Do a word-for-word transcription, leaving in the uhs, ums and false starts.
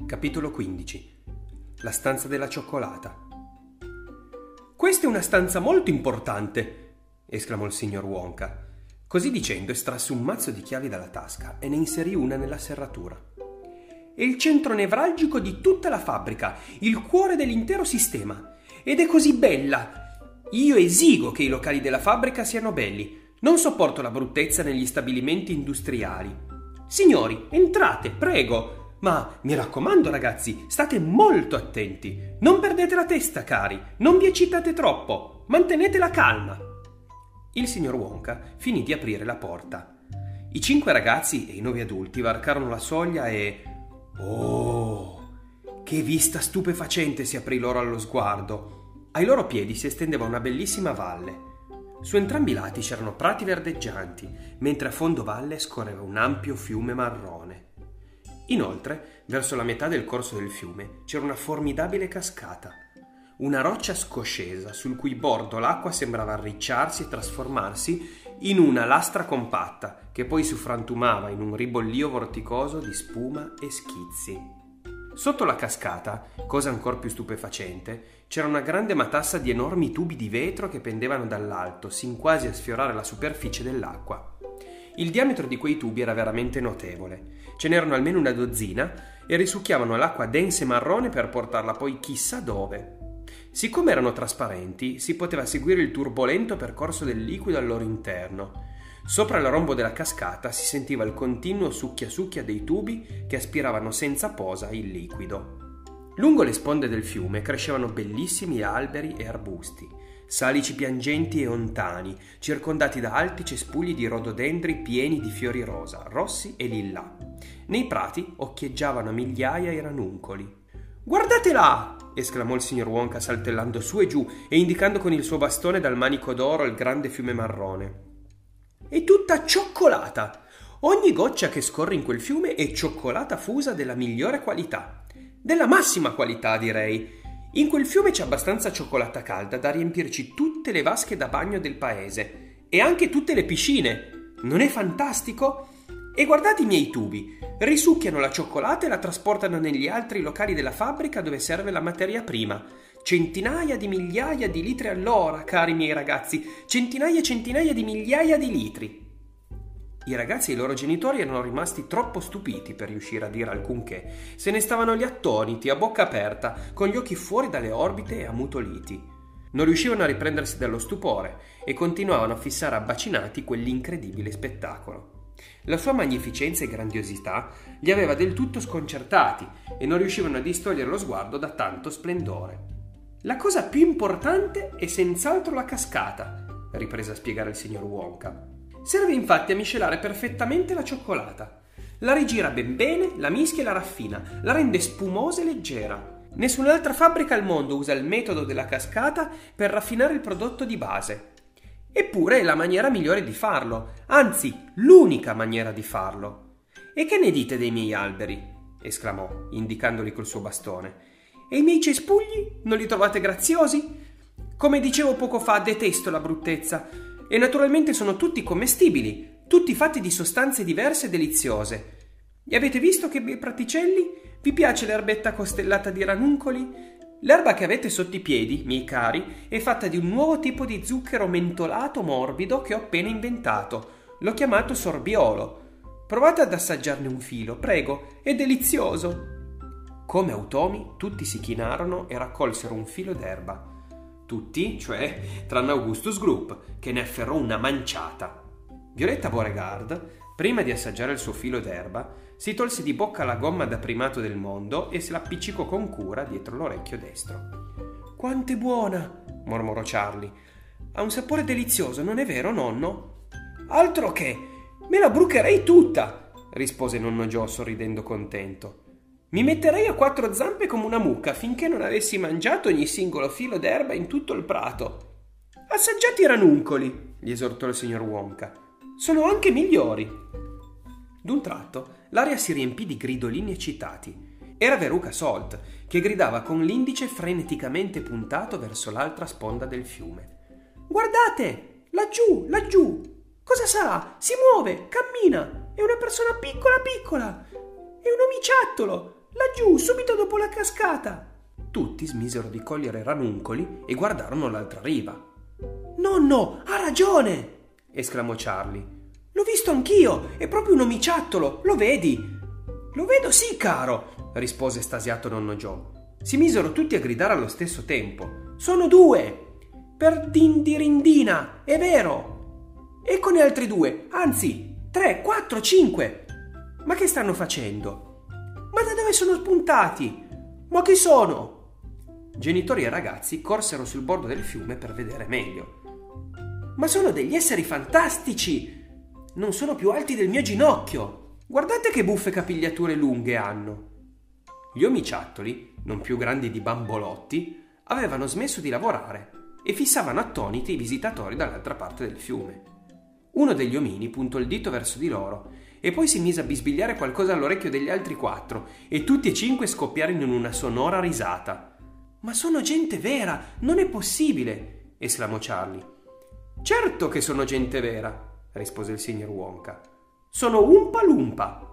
Capitolo quindici. La stanza della cioccolata. «Questa è una stanza molto importante», esclamò il signor Wonka. Così dicendo estrasse un mazzo di chiavi dalla tasca e ne inserì una nella serratura. «È il centro nevralgico di tutta la fabbrica, il cuore dell'intero sistema. Ed è così bella! Io esigo che i locali della fabbrica siano belli. Non sopporto la bruttezza negli stabilimenti industriali. Signori, entrate, prego! Ma mi raccomando, ragazzi, state molto attenti. Non perdete la testa, cari. Non vi eccitate troppo. Mantenete la calma». Il signor Wonka finì di aprire la porta. I cinque ragazzi e i nove adulti varcarono la soglia e... Oh! Che vista stupefacente si aprì loro allo sguardo! Ai loro piedi si estendeva una bellissima valle. Su entrambi i lati c'erano prati verdeggianti, mentre a fondo valle scorreva un ampio fiume marrone. Inoltre, verso la metà del corso del fiume c'era una formidabile cascata, una roccia scoscesa sul cui bordo l'acqua sembrava arricciarsi e trasformarsi in una lastra compatta che poi si frantumava in un ribollio vorticoso di spuma e schizzi. Sotto la cascata, cosa ancor più stupefacente, c'era una grande matassa di enormi tubi di vetro che pendevano dall'alto, sin quasi a sfiorare la superficie dell'acqua. Il diametro di quei tubi era veramente notevole. Ce n'erano almeno una dozzina e risucchiavano l'acqua densa e marrone per portarla poi chissà dove. Siccome erano trasparenti, si poteva seguire il turbolento percorso del liquido al loro interno. Sopra la rombo della cascata si sentiva il continuo succhia-succhia dei tubi che aspiravano senza posa il liquido. Lungo le sponde del fiume crescevano bellissimi alberi e arbusti, salici piangenti e ontani, circondati da alti cespugli di rododendri pieni di fiori rosa, rossi e lillà. Nei prati occhieggiavano a migliaia i ranuncoli. «Guardate là!» esclamò il signor Wonka saltellando su e giù e indicando con il suo bastone dal manico d'oro il grande fiume marrone. «È tutta cioccolata! Ogni goccia che scorre in quel fiume è cioccolata fusa della migliore qualità. Della massima qualità, direi. In quel fiume c'è abbastanza cioccolata calda da riempirci tutte le vasche da bagno del paese e anche tutte le piscine. Non è fantastico? E guardate i miei tubi. Risucchiano la cioccolata e la trasportano negli altri locali della fabbrica dove serve la materia prima. Centinaia di migliaia di litri all'ora, cari miei ragazzi. Centinaia e centinaia di migliaia di litri». I ragazzi e i loro genitori erano rimasti troppo stupiti per riuscire a dire alcunché. Se ne stavano lì attoniti, a bocca aperta, con gli occhi fuori dalle orbite e ammutoliti. Non riuscivano a riprendersi dallo stupore e continuavano a fissare abbacinati quell'incredibile spettacolo. La sua magnificenza e grandiosità li aveva del tutto sconcertati e non riuscivano a distogliere lo sguardo da tanto splendore. «La cosa più importante è senz'altro la cascata», riprese a spiegare il signor Wonka. «Serve infatti a miscelare perfettamente la cioccolata. La rigira ben bene, la mischia e la raffina, la rende spumosa e leggera. Nessun'altra fabbrica al mondo usa il metodo della cascata per raffinare il prodotto di base. Eppure è la maniera migliore di farlo, anzi, l'unica maniera di farlo. E che ne dite dei miei alberi?» esclamò, indicandoli col suo bastone. «E i miei cespugli? Non li trovate graziosi? Come dicevo poco fa, detesto la bruttezza. E naturalmente sono tutti commestibili, tutti fatti di sostanze diverse e deliziose. E avete visto che bei praticelli? Vi piace l'erbetta costellata di ranuncoli? L'erba che avete sotto i piedi, miei cari, è fatta di un nuovo tipo di zucchero mentolato morbido che ho appena inventato. L'ho chiamato sorbiolo. Provate ad assaggiarne un filo, prego, è delizioso». Come automi, tutti si chinarono e raccolsero un filo d'erba. Tutti, cioè, tranne Augustus Gloop, che ne afferrò una manciata. Violetta Beauregard, prima di assaggiare il suo filo d'erba, si tolse di bocca la gomma da primato del mondo e se l'appiccicò con cura dietro l'orecchio destro. «Quanto è buona!» mormorò Charlie. «Ha un sapore delizioso, non è vero, nonno?» «Altro che! Me la brucherei tutta!» rispose nonno Joe sorridendo contento. «Mi metterei a quattro zampe come una mucca finché non avessi mangiato ogni singolo filo d'erba in tutto il prato». «Assaggiate i ranuncoli», gli esortò il signor Wonka. «Sono anche migliori». D'un tratto l'aria si riempì di gridolini eccitati. Era Veruca Salt, che gridava con l'indice freneticamente puntato verso l'altra sponda del fiume. «Guardate! Laggiù, laggiù! Cosa sarà? Si muove, cammina! È una persona piccola piccola! È un omiciattolo! laggiù, subito dopo la cascata. Tutti smisero di cogliere ranuncoli e guardarono l'altra riva. Nonno, ha ragione! Esclamò Charlie. L'ho visto anch'io, è proprio un omiciattolo, lo vedi? Lo vedo, sì, caro, rispose estasiato nonno Joe. Si misero tutti a gridare allo stesso tempo. Sono due! Per dindirindina, è vero! Eccone altri due, anzi, tre, quattro, cinque! Ma che stanno facendo? Ma da dove sono spuntati? Ma chi sono? Genitori e ragazzi corsero sul bordo del fiume per vedere meglio. Ma sono degli esseri fantastici! Non sono più alti del mio ginocchio! Guardate che buffe capigliature lunghe hanno! Gli omiciattoli, non più grandi di bambolotti, avevano smesso di lavorare e fissavano attoniti i visitatori dall'altra parte del fiume. Uno degli omini puntò il dito verso di loro e poi si mise a bisbigliare qualcosa all'orecchio degli altri quattro e tutti e cinque scoppiarono in una sonora risata. «Ma sono gente vera, non è possibile!» esclamò Charlie. «Certo che sono gente vera!» rispose il signor Wonka. «Sono Oompa Loompa!»